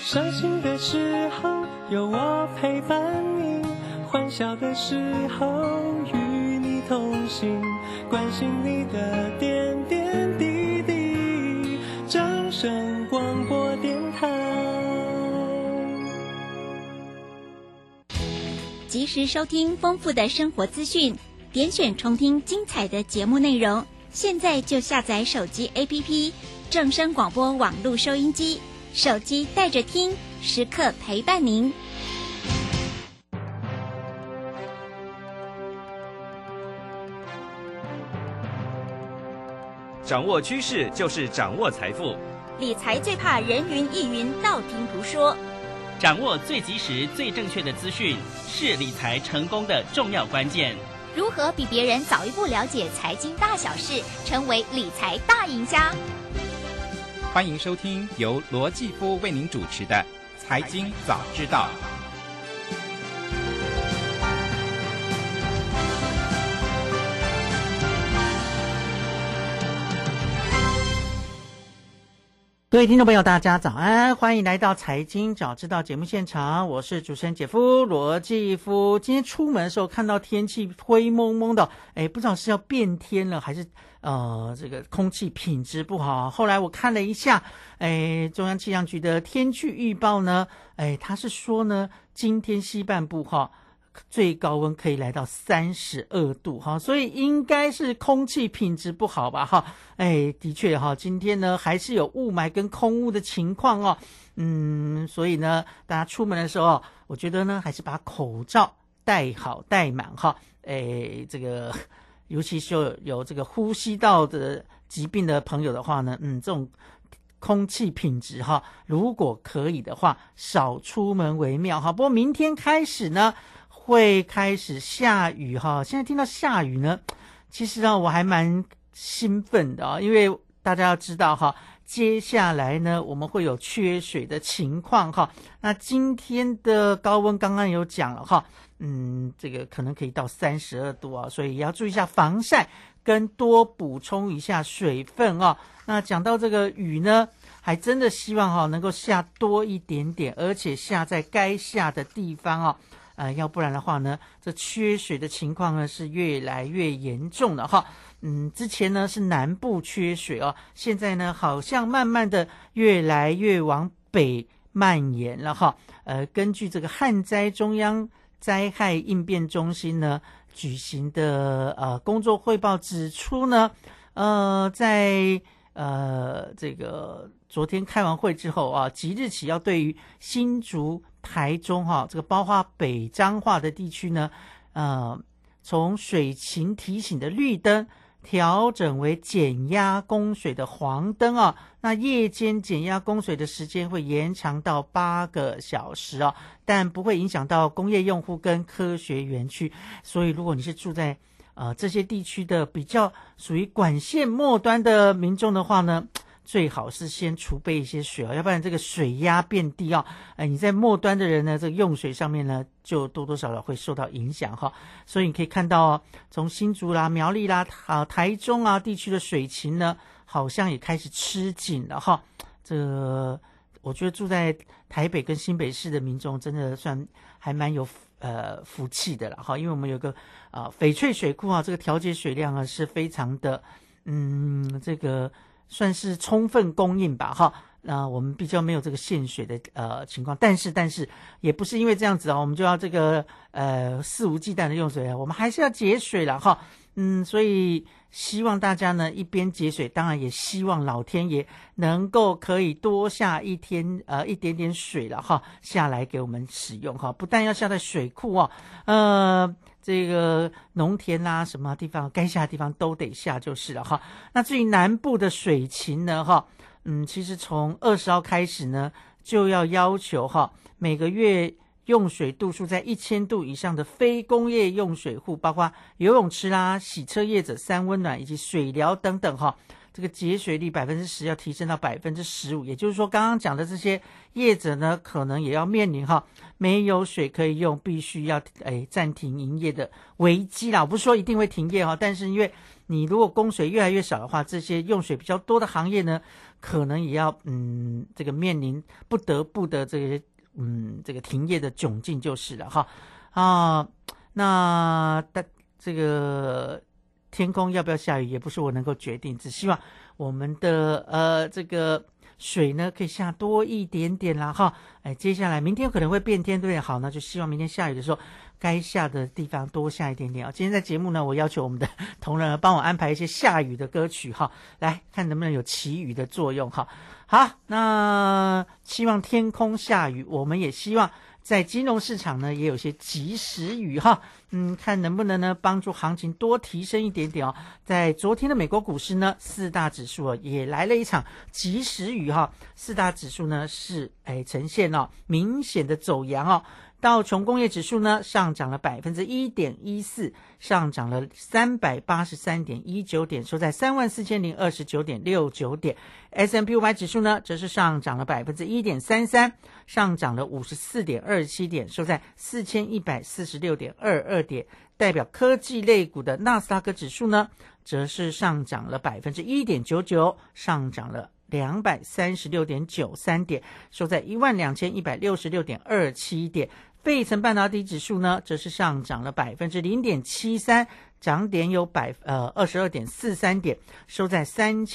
伤心的时候有我陪伴你，欢笑的时候与你同行，关心你的点点滴滴。掌声广播电台， 及时收听丰富的生活资讯，点选重听精彩的节目内容。现在就下载手机 APP 正声广播网络收音机，手机带着听，时刻陪伴您。 掌握趋势就是掌握财富， 理财最怕人云亦云，道听途说。 掌握最及时、最正确的资讯，是理财成功的重要关键。 如何比别人早一步了解财经大小事，成为理财大赢家？ 欢迎收听由罗继夫为您主持的《财经早知道》。 各位听众朋友大家早安，欢迎来到财经早知道节目现场，我是主持人姐夫罗继夫。今天出门的时候看到天气灰蒙蒙的，不知道是要变天了还是这个空气品质不好。后来我看了一下中央气象局的天气预报呢，他是说呢今天西半部最高温可以来到32度哈，所以应该是空气品质不好吧哈。的确哈，今天呢还是有雾霾跟空污的情况哦。所以呢，大家出门的时候，我觉得呢还是把口罩戴好戴满哈。这个尤其是有这个呼吸道的疾病的朋友的话呢，这种空气品质哈，如果可以的话，少出门为妙哈。不过明天开始呢，会开始下雨哈。现在听到下雨呢，其实我还蛮兴奋的因为大家要知道哈，接下来呢我们会有缺水的情况哈。那今天的高温刚刚有讲了哈，这个可能可以到32度所以也要注意一下防晒，跟多补充一下水分那讲到这个雨呢，还真的希望能够下多一点点，而且下在该下的地方要不然的话呢，这缺水的情况呢是越来越严重的哈。之前呢是南部缺水现在呢好像慢慢的越来越往北蔓延了哈。根据这个旱灾中央灾害应变中心呢举行的工作汇报指出呢，在这个昨天开完会之后即日起要对于新竹、台中这个包括北彰化的地区呢，从水情提醒的绿灯调整为减压供水的黄灯那夜间减压供水的时间会延长到8个小时但不会影响到工业用户跟科学园区。所以如果你是住在这些地区的比较属于管线末端的民众的话呢，最好是先储备一些水要不然这个水压变低你在末端的人呢，这个用水上面呢就多多少少会受到影响所以你可以看到从新竹啦、苗栗啦、台中地区的水情呢，好像也开始吃紧了这个我觉得住在台北跟新北市的民众真的算还蛮有福气的啦因为我们有个翡翠水库这个调节水量是非常的这个算是充分供应吧那我们比较没有这个限水的情况，但是也不是因为这样子我们就要这个肆无忌惮的用水我们还是要节水啦所以希望大家呢一边节水，当然也希望老天爷能够可以多下一点点水了下来给我们使用不但要下在水库这个农田啦什么地方该下的地方都得下就是了那至于南部的水情呢其实从20号开始呢就要求每个月用水度数在1000度以上的非工业用水户，包括游泳池啦、洗车业者、三温暖以及水疗等等这个节水率 10% 要提升到 15%， 也就是说刚刚讲的这些业者呢可能也要面临没有水可以用，必须要暂停营业的危机啦。我不是说一定会停业但是因为你如果供水越来越少的话，这些用水比较多的行业呢，可能也要这个面临不得不的这个这个停业的窘境就是了哈那这个天空要不要下雨也不是我能够决定，只希望我们的这个水呢可以下多一点点啦哈。接下来明天可能会变天，对不对？好，那就希望明天下雨的时候该下的地方多下一点点今天在节目呢，我要求我们的同仁帮我安排一些下雨的歌曲哈，来看能不能有祈雨的作用哈。好，那希望天空下雨，我们也希望在金融市场呢也有些及时雨哈，看能不能呢帮助行情多提升一点点在昨天的美国股市呢，4大指数也来了一场及时雨哈，4大指数呢是呈现明显的走阳道琼工业指数呢上涨了 1.14%， 上涨了 383.19 点，收在 34,029.69 点。S&P 500指数呢则是上涨了 1.33%， 上涨了 54.27 点，收在 4146.22 点。代表科技类股的纳斯达克指数呢则是上涨了 1.99%， 上涨了236.93 点，收在 12,166.27 点。费城半导体指数呢则是上涨了 0.73%， 涨点有22.43 点，收在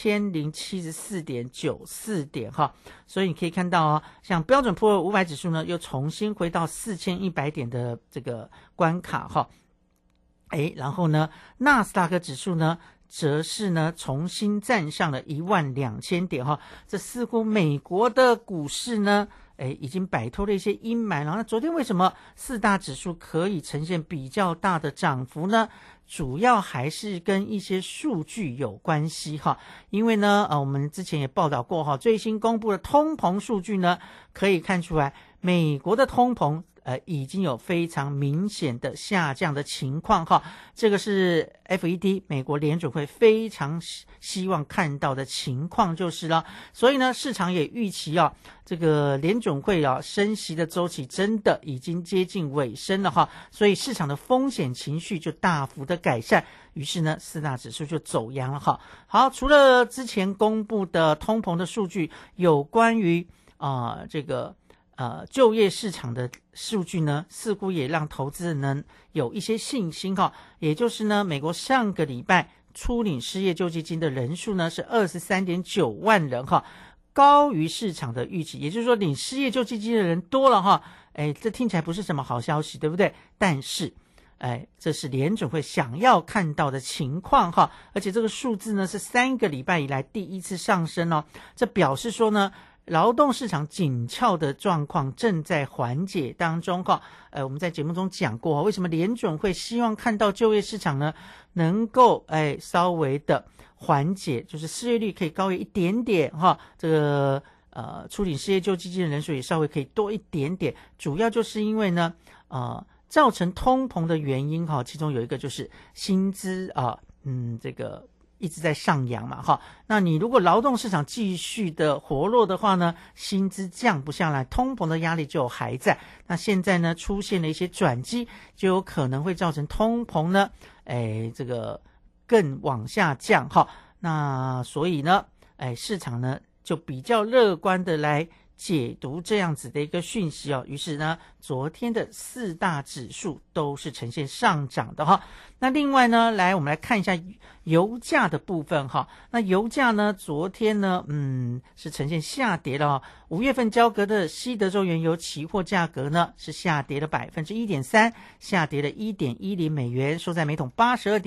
3074.94 点哈。所以你可以看到像标准普尔500指数呢又重新回到4100点的这个关卡哈。然后呢纳斯达克指数呢则是呢重新站上了12000点哈。这似乎美国的股市呢已经摆脱了一些阴霾了。那昨天为什么4大指数可以呈现比较大的涨幅呢？主要还是跟一些数据有关系哈。因为呢我们之前也报道过哈，最新公布的通膨数据呢可以看出来美国的通膨已经有非常明显的下降的情况哈，这个是 FED 美国联准会非常希望看到的情况就是了。所以呢市场也预期这个联准会升息的周期真的已经接近尾声了哈，所以市场的风险情绪就大幅的改善，于是呢4大指数就走阳了哈。好，除了之前公布的通膨的数据，有关于这个就业市场的数据呢似乎也让投资人呢有一些信心哈。也就是呢美国上个礼拜初领失业救济金的人数呢是 23.9 万人哈，高于市场的预期，也就是说领失业救济金的人多了哈。这听起来不是什么好消息，对不对？但是这是联准会想要看到的情况哈，而且这个数字呢是3个礼拜以来第一次上升这表示说呢劳动市场紧俏的状况正在缓解当中哈。我们在节目中讲过为什么联准会希望看到就业市场呢能够稍微的缓解，就是失业率可以高一点点哈，这个初领失业救济金的人数也稍微可以多一点点，主要就是因为呢造成通膨的原因哈，其中有一个就是薪资这个一直在上扬嘛哈。那你如果劳动市场继续的活络的话呢，薪资降不下来，通膨的压力就还在。那现在呢出现了一些转机，就有可能会造成通膨呢这个更往下降哈。那所以呢市场呢就比较乐观的来解读这样子的一个讯息于是呢昨天的4大指数都是呈现上涨的哈。那另外呢我们来看一下油价的部分哈。那油价呢昨天呢是呈现下跌了5月份交割的西德州原油期货价格呢是下跌了 1.3%， 下跌了 1.10 美元，收在每桶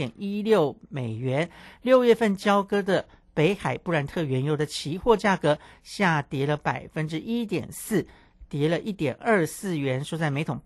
82.16 美元。6月份交割的北海布兰特原油的期货价格下跌了 1.4%， 跌了 1.24 元，收在每桶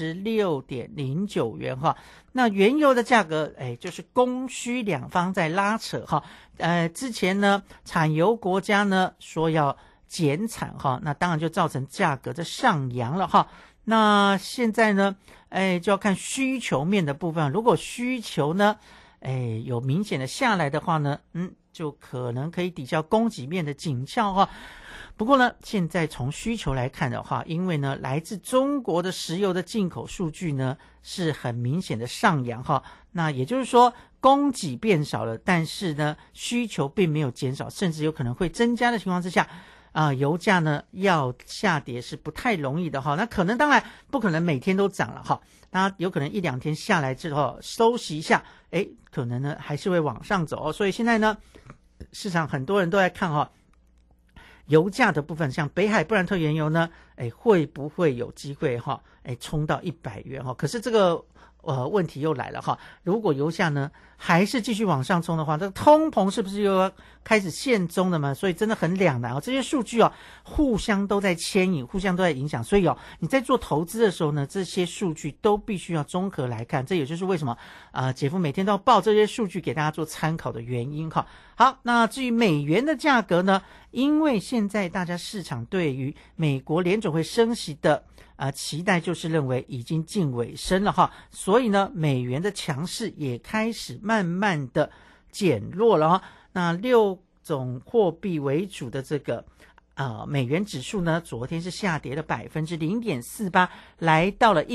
86.09 元哈。那原油的价格就是供需两方在拉扯哈。之前呢产油国家呢说要减产哈，那当然就造成价格的上扬了哈。那现在呢就要看需求面的部分，如果需求呢有明显的下来的话呢就可能可以抵消供给面的紧俏哈。不过呢现在从需求来看的话，因为呢来自中国的石油的进口数据呢是很明显的上扬哈。那也就是说供给变少了，但是呢需求并没有减少，甚至有可能会增加的情况之下油价呢要下跌是不太容易的哈。那可能当然不可能每天都涨了哈，那有可能一两天下来之后收息一下，可能呢还是会往上走所以现在呢市场很多人都在看油价的部分，像北海布兰特原油呢会不会有机会冲到100元可是这个问题又来了如果油价呢还是继续往上冲的话，这个通膨是不是又要开始现踪了嘛？所以真的很两难这些数据互相都在牵引，互相都在影响，所以你在做投资的时候呢，这些数据都必须要综合来看，这也就是为什么姐夫每天都要报这些数据给大家做参考的原因好，那至于美元的价格呢，因为现在大家市场对于美国联准会升息的期待就是认为已经近尾声了所以呢美元的强势也开始慢慢的减弱了那6种货币为主的这个美元指数呢昨天是下跌了 0.48%， 来到了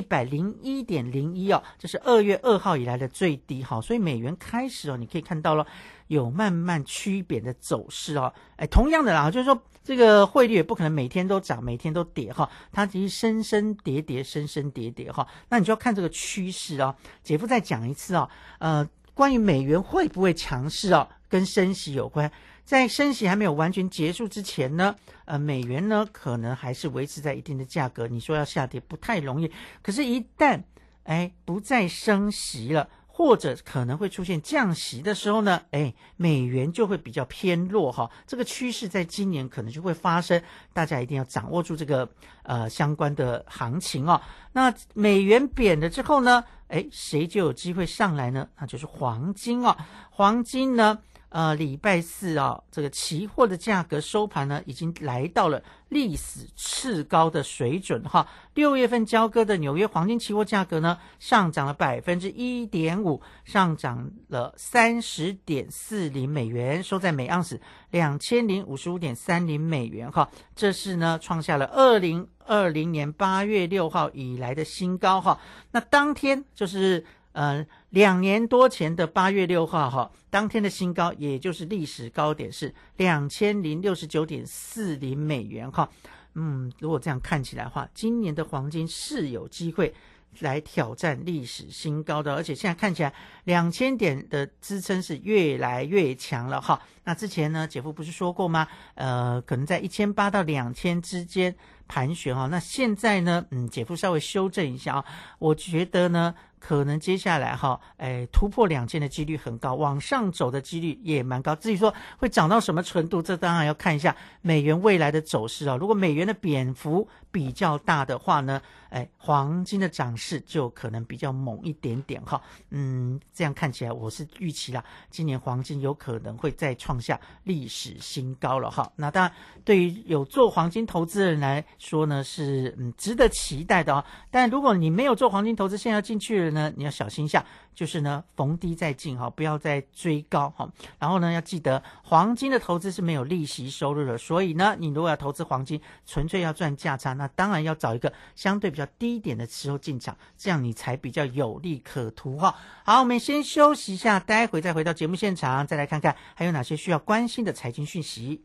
101.01 这是2月2号以来的最低所以美元开始你可以看到了有慢慢趋贬的走势同样的啦，就是说这个汇率也不可能每天都涨每天都跌它其实升升跌跌升升跌跌那你就要看这个趋势姐夫再讲一次关于美元会不会强势跟升息有关，在升息还没有完全结束之前呢美元呢可能还是维持在一定的价格，你说要下跌不太容易，可是一旦不再升息了或者可能会出现降息的时候呢美元就会比较偏弱这个趋势在今年可能就会发生，大家一定要掌握住这个相关的行情那美元贬了之后呢谁就有机会上来呢？那就是黄金黄金呢礼拜四这个期货的价格收盘呢已经来到了历史次高的水准6月份交割的纽约黄金期货价格呢上涨了 1.5%， 上涨了 30.40 美元，收在每盎司 2055.30 美元这是呢创下了2020年8月6号以来的新高那当天就是2年多前的8月6号当天的新高也就是历史高点是 2069.40 美元如果这样看起来的话，今年的黄金是有机会来挑战历史新高的，而且现在看起来2000点的支撑是越来越强了那之前呢姐夫不是说过吗可能在1800到2000之间盘旋那现在呢姐夫稍微修正一下我觉得呢可能接下来突破2000的几率很高，往上走的几率也蛮高，至于说会涨到什么程度，这当然要看一下美元未来的走势如果美元的贬幅比较大的话呢黄金的涨势就可能比较猛一点点这样看起来我是预期啦今年黄金有可能会再创下历史新高了那当然对于有做黄金投资的人来说呢是值得期待的但如果你没有做黄金投资现在要进去了呢你要小心一下，就是呢逢低再进不要再追高然后呢要记得黄金的投资是没有利息收入的，所以呢你如果要投资黄金纯粹要赚价差，那当然要找一个相对比较低一点的时候进场，这样你才比较有利可图好，我们先休息一下，待会再回到节目现场，再来看看还有哪些需要关心的财经讯息。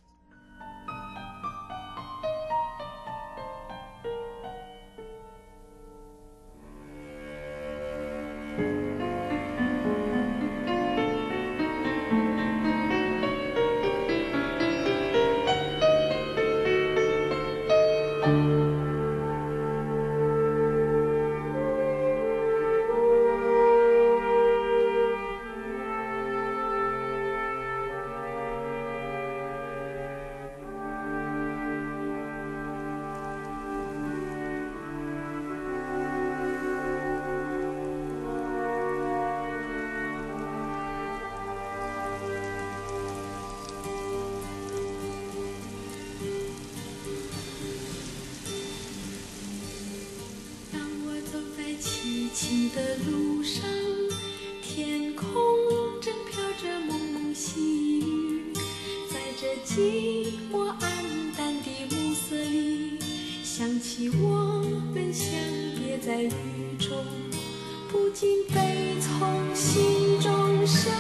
的路上，天空正飘着蒙蒙细雨，在这寂寞暗淡的暮色里，想起我们相别在雨中，不禁悲从心中。 上。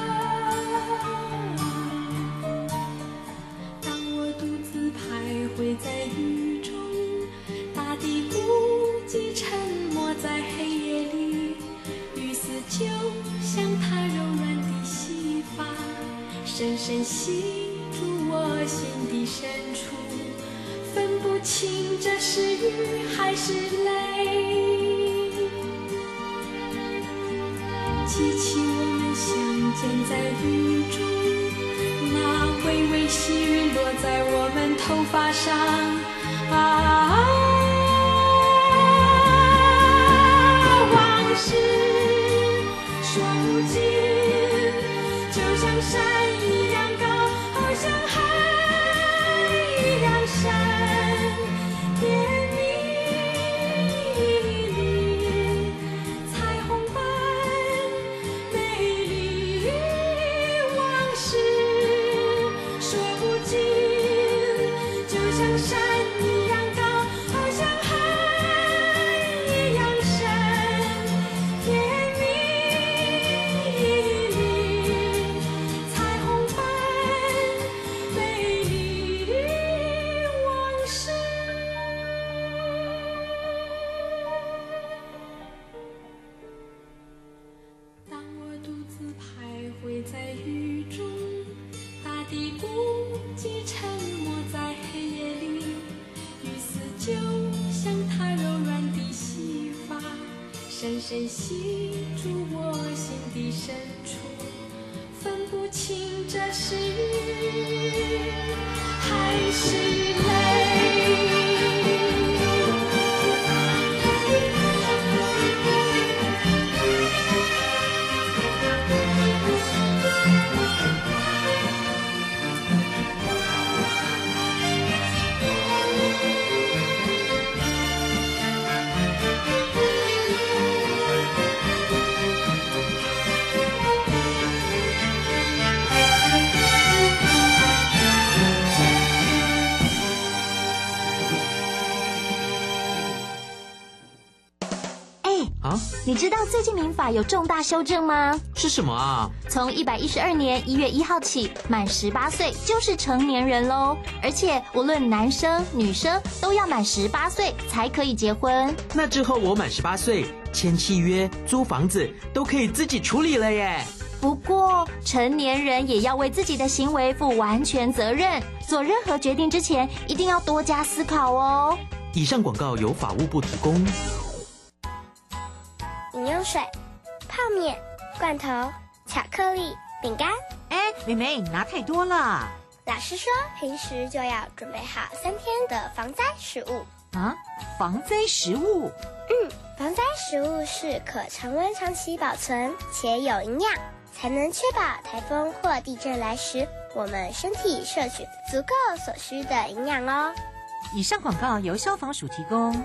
当我独自徘徊在雨中，大地孤寂沉默在黑夜里，雨丝就像它柔软的细发，深深吸住我心底深处，分不清这是雨还是泪。记起我们相见在雨中，那微微细雨落在我们头发上往事说不尽，就像山一样高，好像海一样深，甜蜜里彩虹般美丽，往事说不尽，就像山一样高，好像海一样深，甜蜜里彩虹般美丽，往事。当我独自徘徊在雨中，大地孤寂沉默在黑夜里，雨丝就像它柔软的细发，深深吸住我心底深处，分不清这是雨还是泪。 你知道最近民法有重大修正吗？ 是什么啊？ 从112年1月1号起，满18岁就是成年人咯，而且无论男生女生都要满18岁才可以结婚。 那之后我满18岁，签契约、租房子都可以自己处理了耶。 不过成年人也要为自己的行为负完全责任，做任何决定之前一定要多加思考哦。 以上广告由法务部提供。 饮用水、泡面、罐头、巧克力、饼干。 妹妹，你拿太多了。 老师说，平时就要准备好3天的防灾食物。 啊，防灾食物？ 防灾食物是可常温长期保存且有营养，才能确保台风或地震来时，我们身体摄取足够所需的营养哦。 以上广告由消防署提供。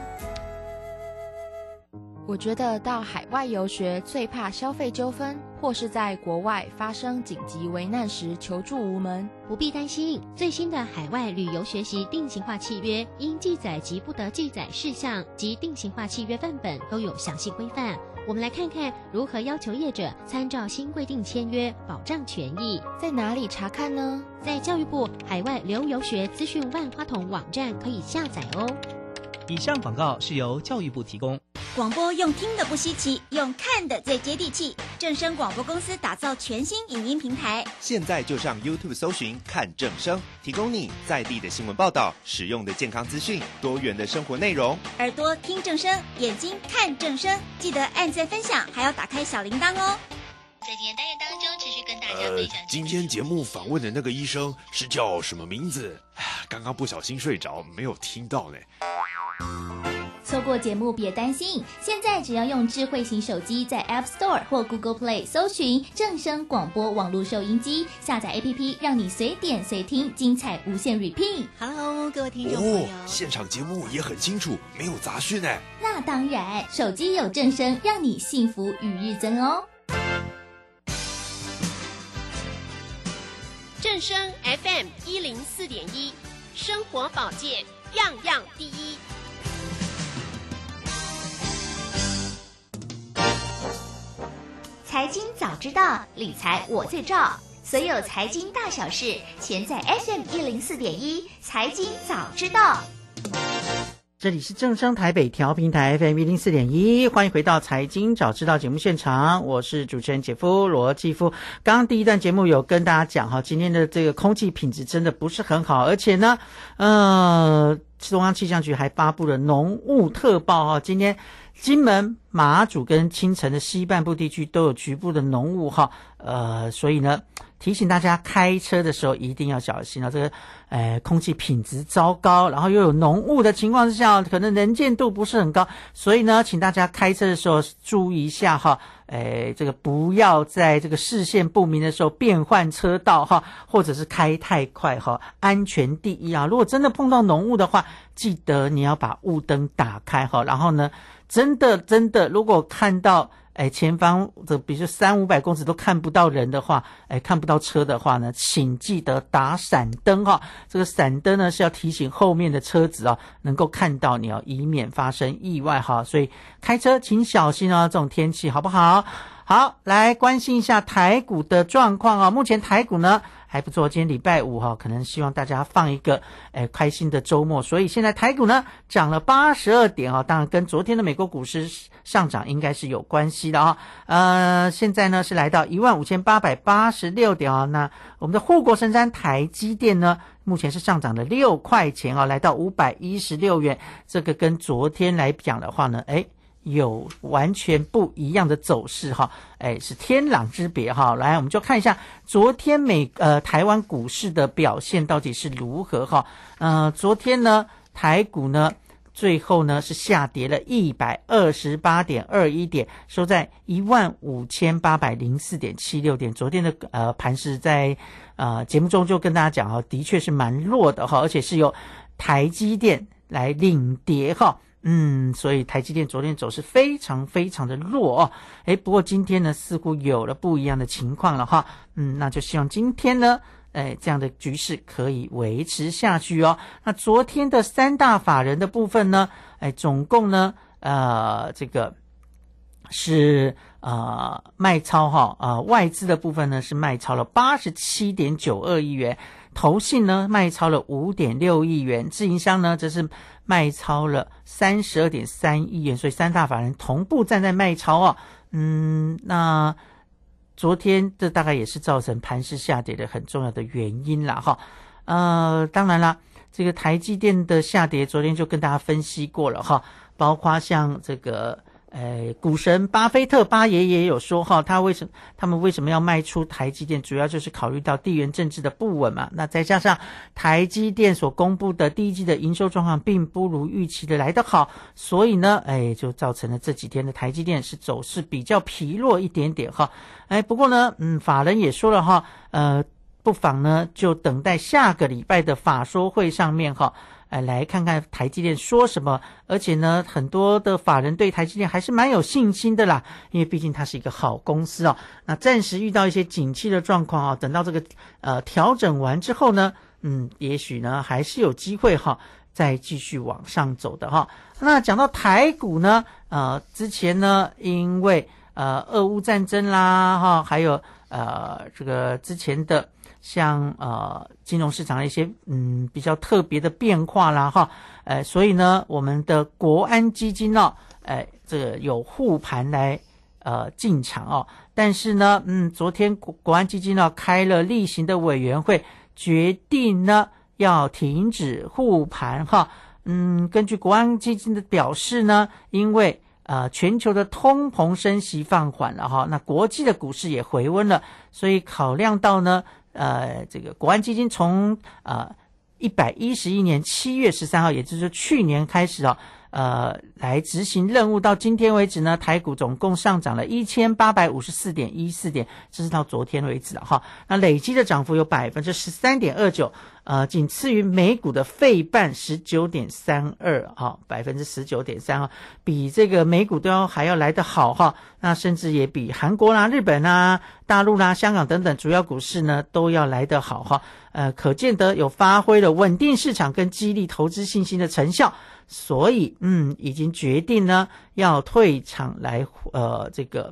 我觉得到海外游学最怕消费纠纷，或是在国外发生紧急危难时求助无门。 不必担心，最新的海外旅游学习定型化契约应记载及不得记载事项及定型化契约范本都有详细规范。我们来看看如何要求业者参照新规定签约，保障权益。 在哪里查看呢？ 在教育部海外留游学资讯万花筒网站可以下载哦。 以上广告是由教育部提供。 广播用听的不稀奇，用看的最接地气。正声广播公司打造全新影音平台， 现在就上 YouTube 搜寻看正声，提供你在地的新闻报道、实用的健康资讯、多元的生活内容。 耳朵听正声，眼睛看正声，记得按赞分享，还要打开小铃铛哦。 在今天单元当中，持续跟大家分享。 今天节目访问的那个医生是叫什么名字？刚刚不小心睡着，没有听到呢。 错过节目别担心，现在只要用智慧型手机在 App Store 或 Google Play 搜寻正声广播网络收音机，下载 APP， 让你随点随听，精彩无限 repeat。Hello， 各位听众朋友， 现场节目也很清楚，没有杂讯呢。 那当然，手机有正声，让你幸福与日增哦。 正声 FM 104.1，生活保健样样第一。 财经早知道，理财我最照。所有财经大小事，全在 FM104.1财经早知道。 这里是正声台北调频台 FM104.1，欢迎回到财经早知道节目现场，我是主持人姐夫罗继夫。刚刚第一段节目有跟大家讲哈，今天的这个空气品质真的不是很好，而且呢，中央气象局还发布了浓雾特报哈，今天金门、马祖跟清晨的西半部地区都有局部的浓雾哈，所以呢，提醒大家开车的时候一定要小心啊！这个空气品质糟糕，然后又有浓雾的情况之下，可能能见度不是很高，所以呢，请大家开车的时候注意一下哈，这个不要在这个视线不明的时候变换车道哈，或者是开太快哈，安全第一啊！如果真的碰到浓雾的话，记得你要把雾灯打开哈，然后呢，真的，如果看到前方的比如说300-500公尺都看不到人的话，看不到车的话呢，请记得打闪灯哈。这个闪灯呢是要提醒后面的车子啊能够看到你哦，以免发生意外哈。所以开车请小心哦，这种天气好不好？好，来关心一下台股的状况啊。目前台股呢还不错，今天礼拜五哈，可能希望大家放一个开心的周末，所以现在台股呢涨了82点啊，当然跟昨天的美国股市上涨应该是有关系的啊。现在呢是来到15886点啊。那我们的护国神山台积电呢，目前是上涨了6块钱啊，来到516元，这个跟昨天来讲的话呢，有完全不一样的走势哈，是天壤之别哈。来，我们就看一下昨天台湾股市的表现到底是如何哈。昨天呢，台股呢最后呢是下跌了128.21点，收在15804.76点。昨天的盘势在节目中就跟大家讲哈，的确是蛮弱的哈，而且是由台积电来领跌哈。所以台积电昨天走势非常非常的弱哦。不过今天呢似乎有了不一样的情况了哈。那就希望今天呢这样的局势可以维持下去哦。那昨天的三大法人的部分呢，总共呢这个是卖超哈，外资的部分呢是卖超了87.92亿元，投信呢卖超了5.6亿元，自营商呢则是卖超了32.3亿元，所以三大法人同步站在卖超哦。那昨天这大概也是造成盘势下跌的很重要的原因啦哈。当然啦，这个台积电的下跌昨天就跟大家分析过了哈，包括像这个股神巴菲特巴爷也有说哈，他们为什么要卖出台积电，主要就是考虑到地缘政治的不稳嘛。那再加上台积电所公布的第一季的营收状况并不如预期的来得好，所以呢就造成了这几天的台积电是走势比较疲弱一点点哈。不过呢法人也说了哈，不妨呢就等待下个礼拜的法说会上面哈，来看看台积电说什么。而且呢很多的法人对台积电还是蛮有信心的啦，因为毕竟它是一个好公司哦。那暂时遇到一些景气的状况等到这个调整完之后呢，也许呢还是有机会哈再继续往上走的哈。那讲到台股呢，之前呢因为俄乌战争啦哈，还有这个之前的像金融市场的一些比较特别的变化啦哈，所以呢我们的国安基金这个有护盘来进场哦。但是呢昨天国安基金开了例行的委员会，决定呢要停止护盘哈。根据国安基金的表示呢，因为全球的通膨升息放缓了哈，那国际的股市也回温了，所以考量到呢这个国安基金从111年7月13号，也就是去年开始来执行任务，到今天为止呢，台股总共上涨了1854.14点，这是到昨天为止了哈。那累积的涨幅有13.29%，仅次于美股的费半19.32%哈，19.3%比这个美股都还要来得好哈。那甚至也比韩国啦、日本啦、大陆啦、香港等等主要股市呢都要来得好哈。可见得有发挥了稳定市场跟激励投资信心的成效。所以已经决定呢要退场来这个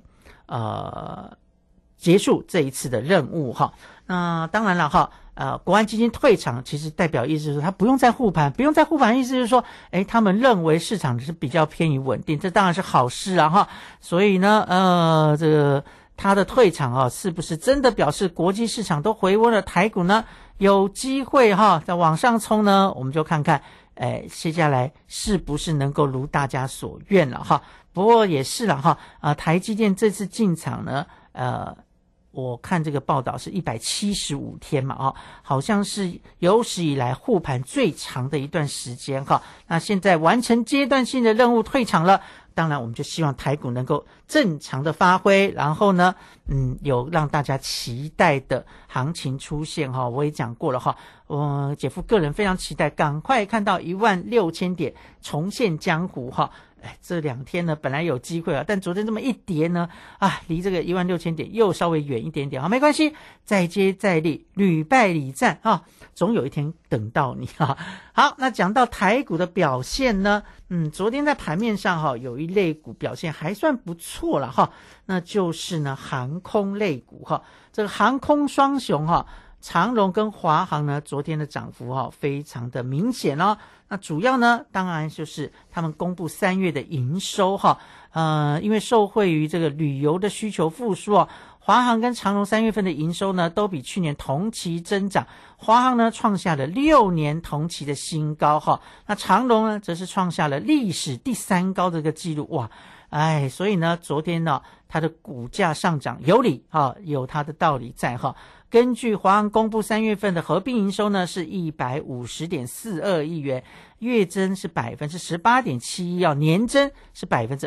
结束这一次的任务哈。那当然了哈，国安基金退场，其实代表意思是说他不用再护盘，意思是说，他们认为市场是比较偏于稳定，这当然是好事啊哈。所以呢，这个他的退场啊，是不是真的表示国际市场都回温了，台股呢有机会哈再往上冲呢？我们就看看，接下来是不是能够如大家所愿了哈。不过也是了哈，台积电这次进场呢，我看这个报道是175天嘛，好像是有史以来护盘最长的一段时间哈。那现在完成阶段性的任务退场了，当然我们就希望台股能够正常的发挥，然后呢，有让大家期待的行情出现哈。我也讲过了哈，我姐夫个人非常期待，赶快看到16000点重现江湖哈。这2天呢本来有机会啊，但昨天这么一跌呢，离这个16000点又稍微远一点点，好，没关系，再接再厉，屡败屡战啊，总有一天等到你啊。好，那讲到台股的表现呢，昨天在盘面上哈，有一类股表现还算不错了哈，那就是呢航空类股哈，这个航空双雄哈。长荣跟华航呢，昨天的涨幅非常的明显哦。那主要呢，当然就是他们公布3月的营收因为受惠于这个旅游的需求复苏华航跟长荣3月份的营收呢，都比去年同期增长。华航呢，创下了6年同期的新高那长荣呢，则是创下了历史第3高的一个记录哇。所以呢，昨天呢，它的股价上涨有理有它的道理在根据华航公布3月份的合并营收呢，是150.42亿元，月增是 18.71%年增是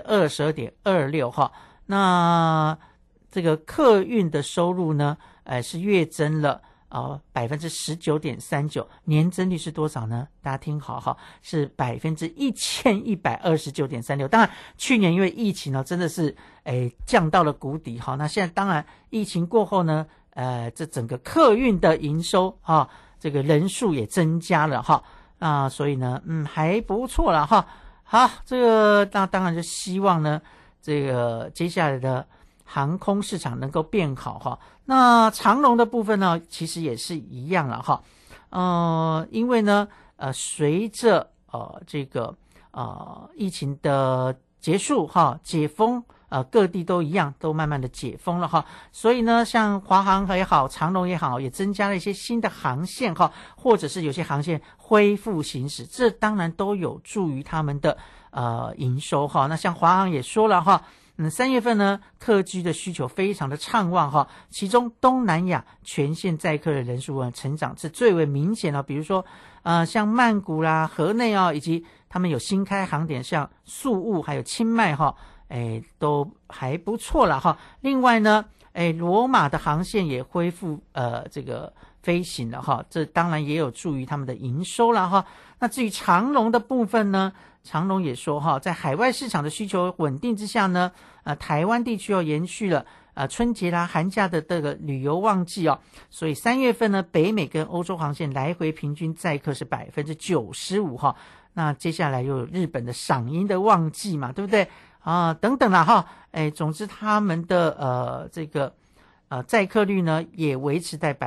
22.26%那这个客运的收入呢，是月增了19.39%，年增率是多少呢？大家听好是1129.36%。当然，去年因为疫情真的是降到了谷底那现在当然疫情过后呢，这整个客运的营收这个人数也增加了所以呢，还不错了好，这个那当然就希望呢，这个接下来的航空市场能够变好那长荣的部分呢，其实也是一样了因为呢，随着这个疫情的结束解封。各地都一样，都慢慢的解封了所以呢，像华航也好，长荣也好，也增加了一些新的航线或者是有些航线恢复行驶，这当然都有助于他们的营收那像华航也说了3月份呢，客机的需求非常的畅旺其中东南亚全线载客的人数成长是最为明显比如说像曼谷啦、河内以及他们有新开航点，像宿务还有清迈都还不错了另外呢，罗马的航线也恢复这个飞行了这当然也有助于他们的营收了那至于长荣的部分呢，长荣也说在海外市场的需求稳定之下呢，台湾地区延续了春节啦、寒假的这个旅游旺季所以3月份呢，北美跟欧洲航线来回平均载客是 95% 那接下来又有日本的赏樱的旺季嘛，对不对等等啦总之他们的这个载客率呢也维持在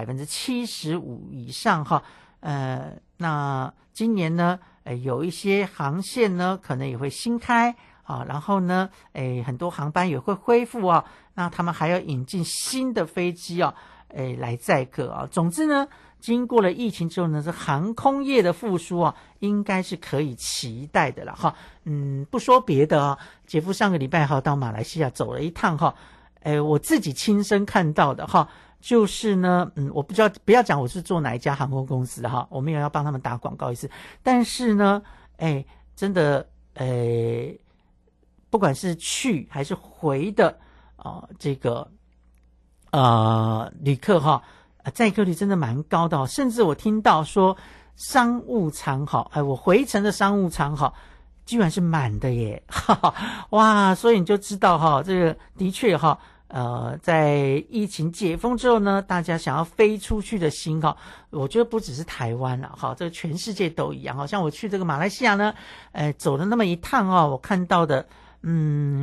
75% 以上那今年呢有一些航线呢可能也会新开然后呢很多航班也会恢复那他们还要引进新的飞机来载客总之呢，经过了疫情之后呢，这航空业的复苏应该是可以期待的了不说别的杰夫上个礼拜到马来西亚走了一趟我自己亲身看到的就是呢，我不要讲我是做哪一家航空公司我没有要帮他们打广告意思，但是呢，真的不管是去还是回的这个旅客载客率真的蛮高的甚至我听到说商务舱我回程的商务舱居然是满的耶哇，所以你就知道这个的确在疫情解封之后呢，大家想要飞出去的心我觉得不只是台湾了这个全世界都一样像我去这个马来西亚呢走了那么一趟我看到的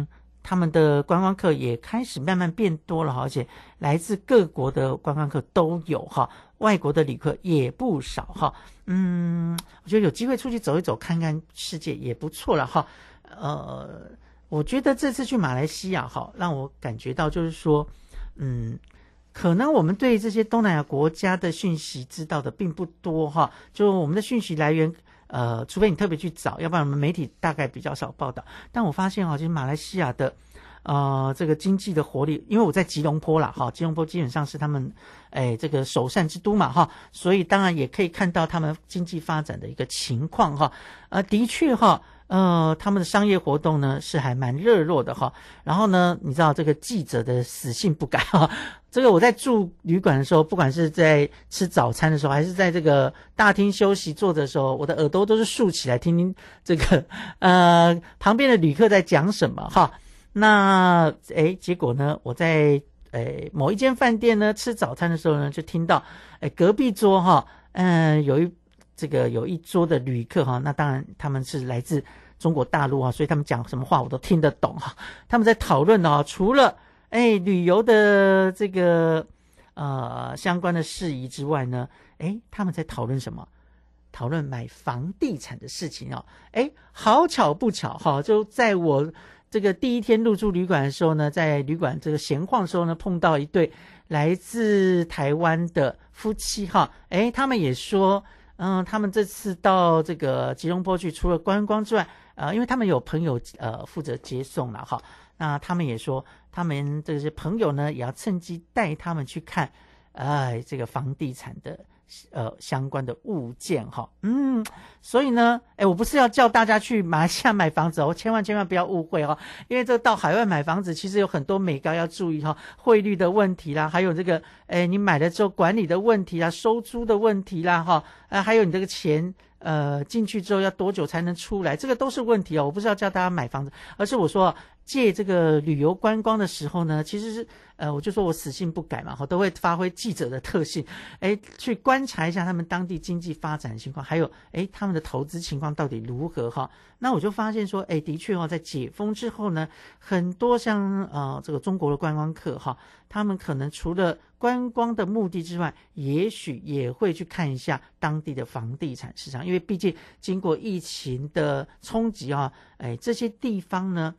他们的观光客也开始慢慢变多了哈，而且来自各国的观光客都有哈，外国的旅客也不少哈。我觉得有机会出去走一走，看看世界也不错了哈。我觉得这次去马来西亚哈，让我感觉到就是说，可能我们对这些东南亚国家的讯息知道的并不多哈，就我们的讯息来源，除非你特别去找，要不然我们媒体大概比较少报道。但我发现其实马来西亚的这个经济的活力，因为我在吉隆坡啦哈，吉隆坡基本上是他们这个首善之都嘛哈，所以当然也可以看到他们经济发展的一个情况哈。的确哈。他们的商业活动呢是还蛮热络的哈，然后呢，你知道这个记者的死性不改哈，这个我在住旅馆的时候，不管是在吃早餐的时候，还是在这个大厅休息坐的时候，我的耳朵都是竖起来听听这个旁边的旅客在讲什么哈。那结果呢，我在某一间饭店呢吃早餐的时候呢，就听到隔壁桌哈，有一桌的旅客哈，那当然他们是来自中国大陆啊，所以他们讲什么话我都听得懂哈。他们在讨论的除了旅游的这个相关的事宜之外呢，他们在讨论什么？讨论买房地产的事情哦。好巧不巧哈，就在我这个第一天入住旅馆的时候呢，在旅馆这个闲晃的时候呢，碰到一对来自台湾的夫妻哈，他们也说。他们这次到这个吉隆坡去，除了观光之外，因为他们有朋友负责接送了哈，那他们也说，他们这些朋友呢，也要趁机带他们去看，这个房地产的相关的物件哈。所以呢，我不是要叫大家去马来西亚买房子哦，千万不要误会哦，因为这到海外买房子其实有很多美感要注意哈，汇率的问题啦，还有这个你买了之后管理的问题啦，收租的问题啦哈，还有你这个钱进去之后要多久才能出来，这个都是问题哦。我不是要叫大家买房子，而是我说借这个旅游观光的时候呢，其实是我就说我死性不改嘛，都会发挥记者的特性，去观察一下他们当地经济发展的情况，还有他们的投资情况到底如何哈。那我就发现说，的确在解封之后呢，很多像这个中国的观光客哈，他们可能除了观光的目的之外，也许也会去看一下当地的房地产市场，因为毕竟经过疫情的冲击啊，这些地方呢，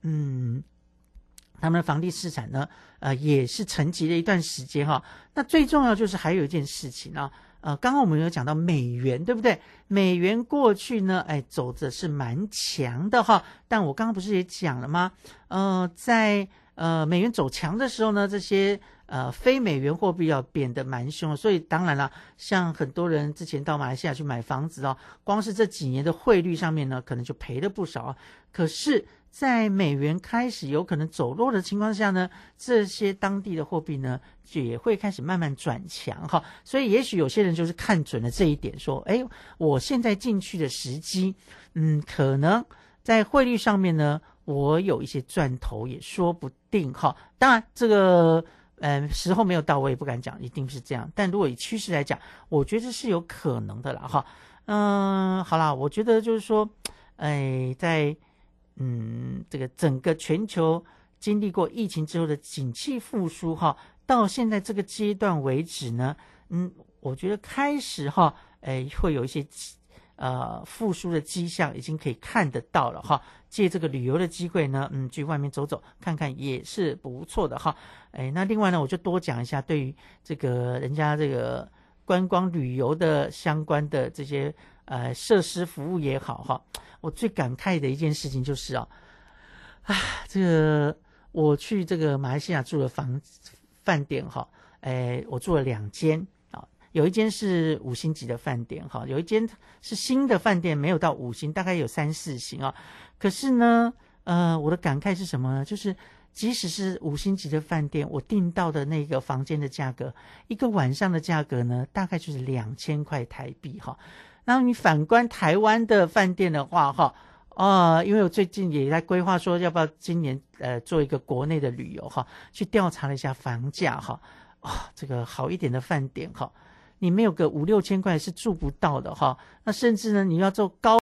他们的房地市场呢，也是沉寂了一段时间哈。那最重要就是还有一件事情啊，刚刚我们有讲到美元，对不对？美元过去呢，走的是蛮强的哈。但我刚刚不是也讲了吗？在美元走强的时候呢，这些非美元货币要贬得蛮凶，所以当然了，像很多人之前到马来西亚去买房子哦，光是这几年的汇率上面呢，可能就赔了不少啊。可是在美元开始有可能走弱的情况下呢，这些当地的货币呢也会开始慢慢转强哈。所以也许有些人就是看准了这一点，说我现在进去的时机可能在汇率上面呢我有一些赚头也说不定哈。当然这个时候没有到，我也不敢讲一定是这样，但如果以趋势来讲，我觉得是有可能的啦哈。好啦，我觉得就是说在这个整个全球经历过疫情之后的景气复苏哈，到现在这个阶段为止呢，我觉得开始哈，会有一些复苏的迹象已经可以看得到了哈。借这个旅游的机会呢，去外面走走看看也是不错的哈。那另外呢，我就多讲一下对于这个人家这个观光旅游的相关的这些设施服务也好哈。我最感慨的一件事情就是这个我去这个马来西亚住的饭店哈，我住了2间啊，有一间是5星级的饭店哈，有一间是新的饭店，没有到5星，大概有3、4星啊。可是呢，我的感慨是什么呢？就是即使是5星级的饭店，我订到的那个房间的价格，一个晚上的价格呢，大概就是2000块台币哈。然后你反观台湾的饭店的话哈，因为我最近也在规划说要不要今年做一个国内的旅游哈，去调查了一下房价哈，这个好一点的饭店哈，你没有个5、6千块是住不到的哈。那甚至呢，你要做高